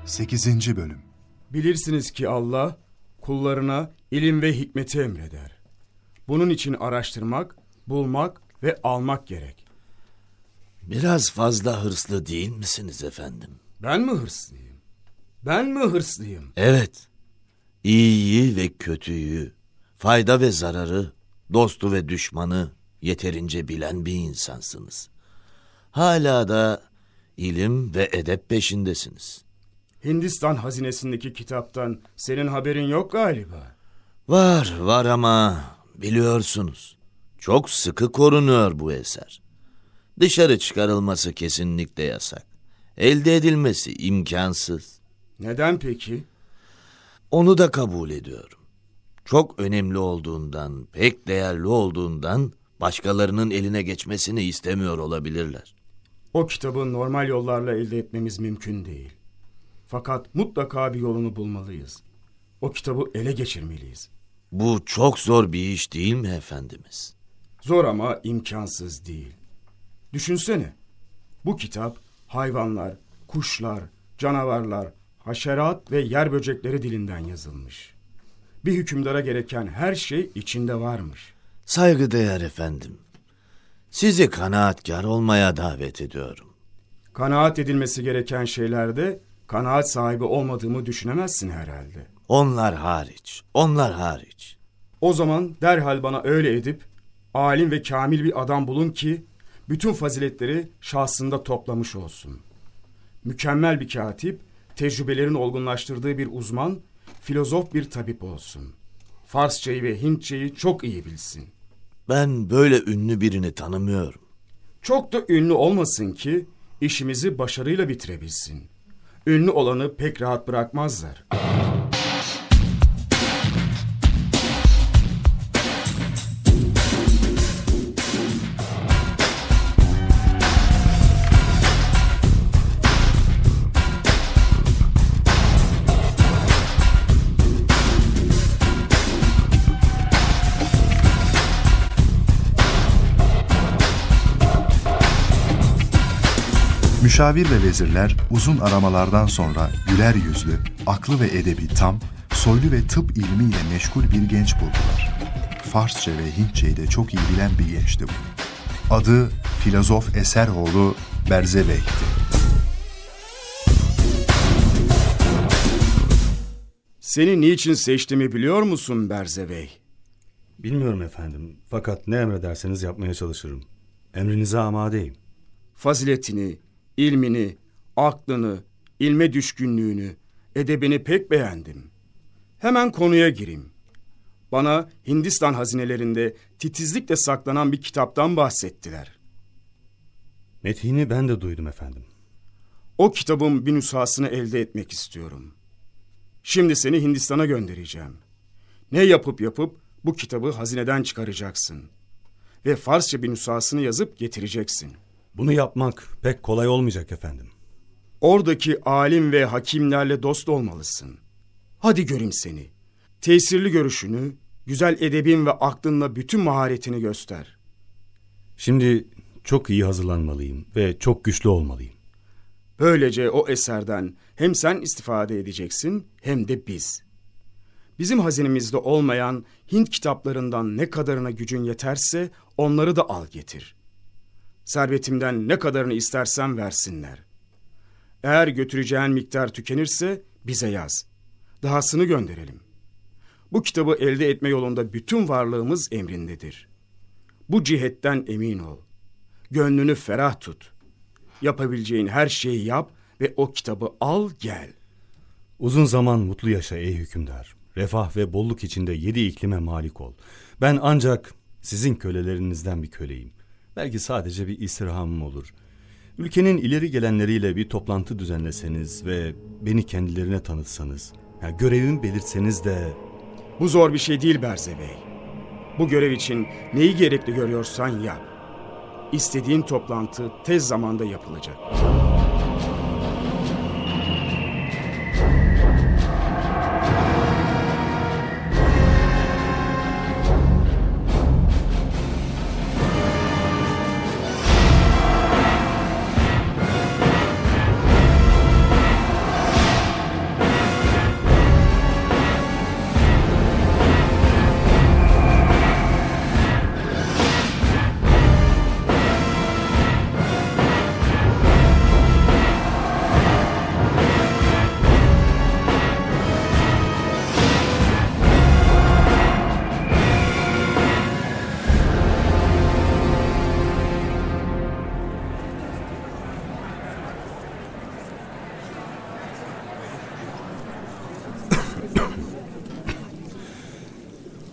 8. Bölüm. Bilirsiniz ki Allah kullarına ilim ve hikmeti emreder. Bunun için araştırmak, bulmak ve almak gerek. Biraz fazla hırslı değil misiniz efendim? Ben mi hırslıyım? Ben mi hırslıyım? Evet. İyiyi ve kötüyü, fayda ve zararı, dostu ve düşmanı yeterince bilen bir insansınız. Hala da ilim ve edep peşindesiniz. Hindistan hazinesindeki kitaptan senin haberin yok galiba. Var ama biliyorsunuz. Çok sıkı korunuyor bu eser. Dışarı çıkarılması kesinlikle yasak. Elde edilmesi imkansız. Neden peki? Onu da kabul ediyorum. Çok önemli olduğundan, pek değerli olduğundan başkalarının eline geçmesini istemiyor olabilirler. O kitabı normal yollarla elde etmemiz mümkün değil. Fakat mutlaka bir yolunu bulmalıyız. O kitabı ele geçirmeliyiz. Bu çok zor bir iş değil mi efendimiz? Zor ama imkansız değil. Düşünsene, bu kitap hayvanlar, kuşlar, canavarlar, haşerat ve yer böcekleri dilinden yazılmış. Bir hükümdara gereken her şey içinde varmış. Saygıdeğer efendim, sizi kanaatkar olmaya davet ediyorum. Kanaat edilmesi gereken şeylerde kanaat sahibi olmadığımı düşünemezsin herhalde. Onlar hariç. O zaman derhal bana öyle edip alim ve kamil bir adam bulun ki bütün faziletleri şahsında toplamış olsun. Mükemmel bir katip, tecrübelerin olgunlaştırdığı bir uzman, filozof bir tabip olsun. Farsçayı ve Hintçeyi çok iyi bilsin. Ben böyle ünlü birini tanımıyorum. Çok da ünlü olmasın ki işimizi başarıyla bitirebilsin. Ünlü olanı pek rahat bırakmazlar. Müşavir ve vezirler uzun aramalardan sonra güler yüzlü, aklı ve edebi tam, soylu ve tıp ilmiyle meşgul bir genç buldular. Farsça ve Hintçeyi de çok iyi bilen bir gençti bu. Adı filozof Eseroğlu Berzeveh'ti. Seni niçin seçtiğimi biliyor musun Berzeveh? Bilmiyorum efendim. Fakat ne emrederseniz yapmaya çalışırım. Emrinize amadeyim. Faziletini, ilmini, aklını, ilme düşkünlüğünü, edebini pek beğendim. Hemen konuya gireyim. Bana Hindistan hazinelerinde titizlikle saklanan bir kitaptan bahsettiler. Methini ben de duydum efendim. O kitabın bir nüshasını elde etmek istiyorum. Şimdi seni Hindistan'a göndereceğim. Ne yapıp bu kitabı hazineden çıkaracaksın. Ve Farsça bir nüshasını yazıp getireceksin. Bunu yapmak pek kolay olmayacak efendim. Oradaki alim ve hakimlerle dost olmalısın. Hadi göreyim seni. Tesirli görüşünü, güzel edebin ve aklınla bütün maharetini göster. Şimdi çok iyi hazırlanmalıyım ve çok güçlü olmalıyım. Böylece o eserden hem sen istifade edeceksin hem de biz. Bizim hazinemizde olmayan Hint kitaplarından ne kadarına gücün yeterse onları da al getir. Servetimden ne kadarını istersen versinler. Eğer götüreceğin miktar tükenirse bize yaz. Dahasını gönderelim. Bu kitabı elde etme yolunda bütün varlığımız emrindedir. Bu cihetten emin ol. Gönlünü ferah tut. Yapabileceğin her şeyi yap ve o kitabı al gel. Uzun zaman mutlu yaşa ey hükümdar. Refah ve bolluk içinde 7 iklime malik ol. Ben ancak sizin kölelerinizden bir köleyim. Belki sadece bir istirhamım olur. Ülkenin ileri gelenleriyle bir toplantı düzenleseniz ve beni kendilerine tanıtsanız, görevimi belirtseniz de... Bu zor bir şey değil Berzeveh. Bu görev için neyi gerekli görüyorsan yap. İstediğin toplantı tez zamanda yapılacak.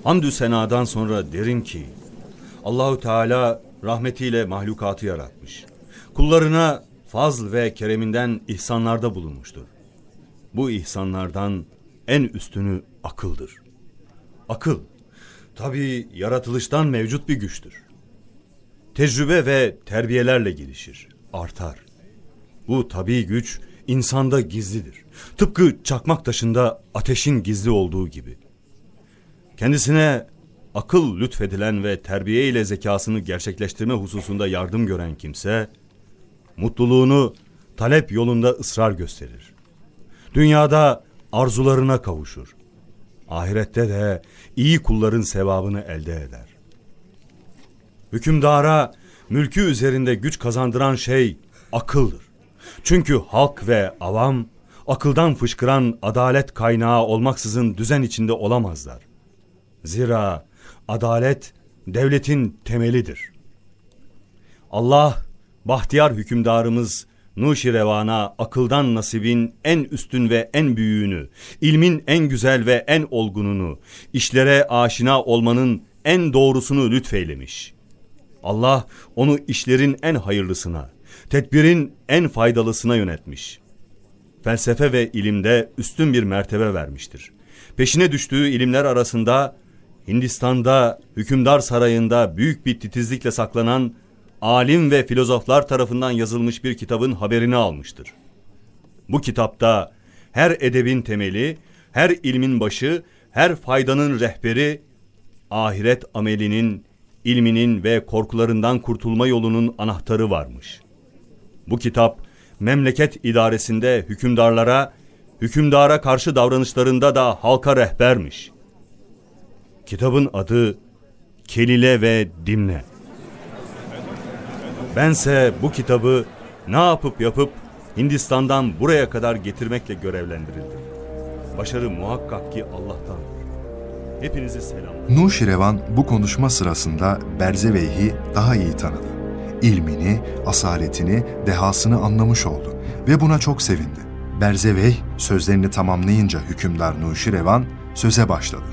Hamdü senadan sonra derim ki Allahu Teala rahmetiyle mahlukatı yaratmış. Kullarına fazl ve kereminden ihsanlarda bulunmuştur. Bu ihsanlardan en üstünü akıldır. Akıl, tabii yaratılıştan mevcut bir güçtür. Tecrübe ve terbiyelerle gelişir, artar. Bu tabii güç insanda gizlidir. Tıpkı çakmak taşında ateşin gizli olduğu gibi. Kendisine akıl lütfedilen ve terbiye ile zekasını gerçekleştirme hususunda yardım gören kimse, mutluluğunu talep yolunda ısrar gösterir. Dünyada arzularına kavuşur. Ahirette de iyi kulların sevabını elde eder. Hükümdara mülkü üzerinde güç kazandıran şey akıldır. Çünkü halk ve avam akıldan fışkıran adalet kaynağı olmaksızın düzen içinde olamazlar. Zira adalet devletin temelidir. Allah, bahtiyar hükümdarımız Nuşirevan'a akıldan nasibin en üstün ve en büyüğünü, ilmin en güzel ve en olgununu, işlere aşina olmanın en doğrusunu lütfeylemiş. Allah onu işlerin en hayırlısına, tedbirin en faydalısına yönetmiş. Felsefe ve ilimde üstün bir mertebe vermiştir. Peşine düştüğü ilimler arasında Hindistan'da hükümdar sarayında büyük bir titizlikle saklanan alim ve filozoflar tarafından yazılmış bir kitabın haberini almıştır. Bu kitapta her edebin temeli, her ilmin başı, her faydanın rehberi, ahiret amelinin, ilminin ve korkularından kurtulma yolunun anahtarı varmış. Bu kitap memleket idaresinde hükümdara karşı davranışlarında da halka rehbermiş. Kitabın adı Kelile ve Dimne. Bense bu kitabı ne yapıp Hindistan'dan buraya kadar getirmekle görevlendirildim. Başarı muhakkak ki Allah'tandır. Hepinizi selam. Nuşirevan bu konuşma sırasında Berzeveyh'i daha iyi tanıdı. İlmini, asaletini, dehasını anlamış oldu ve buna çok sevindi. Berzeveyh sözlerini tamamlayınca hükümdar Nuşirevan söze başladı.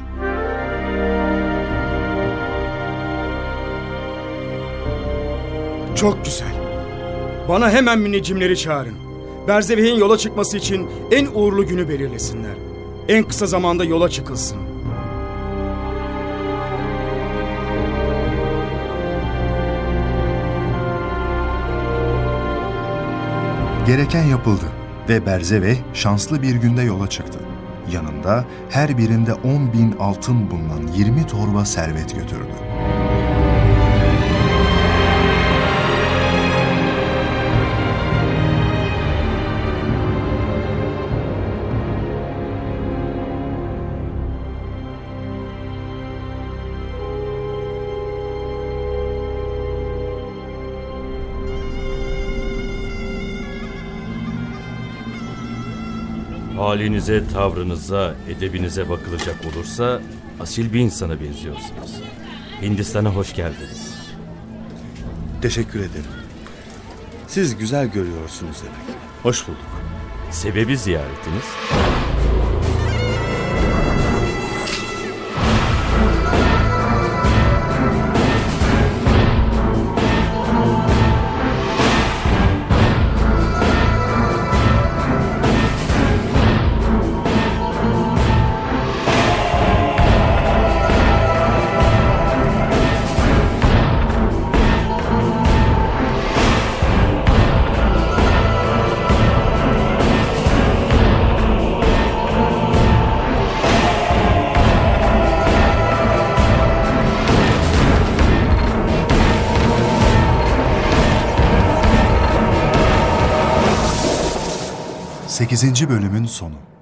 Çok güzel. Bana hemen müneccimleri çağırın. Berzeveh'in yola çıkması için en uğurlu günü belirlesinler. En kısa zamanda yola çıkılsın. Gereken yapıldı ve Berzeveh şanslı bir günde yola çıktı. Yanında her birinde 10.000 altın bulunan 20 torba servet götürdü. Halinize, tavrınıza, edebinize bakılacak olursa asil bir insana benziyorsunuz. Hindistan'a hoş geldiniz. Teşekkür ederim. Siz güzel görüyorsunuz demek. Hoş bulduk. Sebebi ziyaretiniz? Sekizinci bölümün sonu.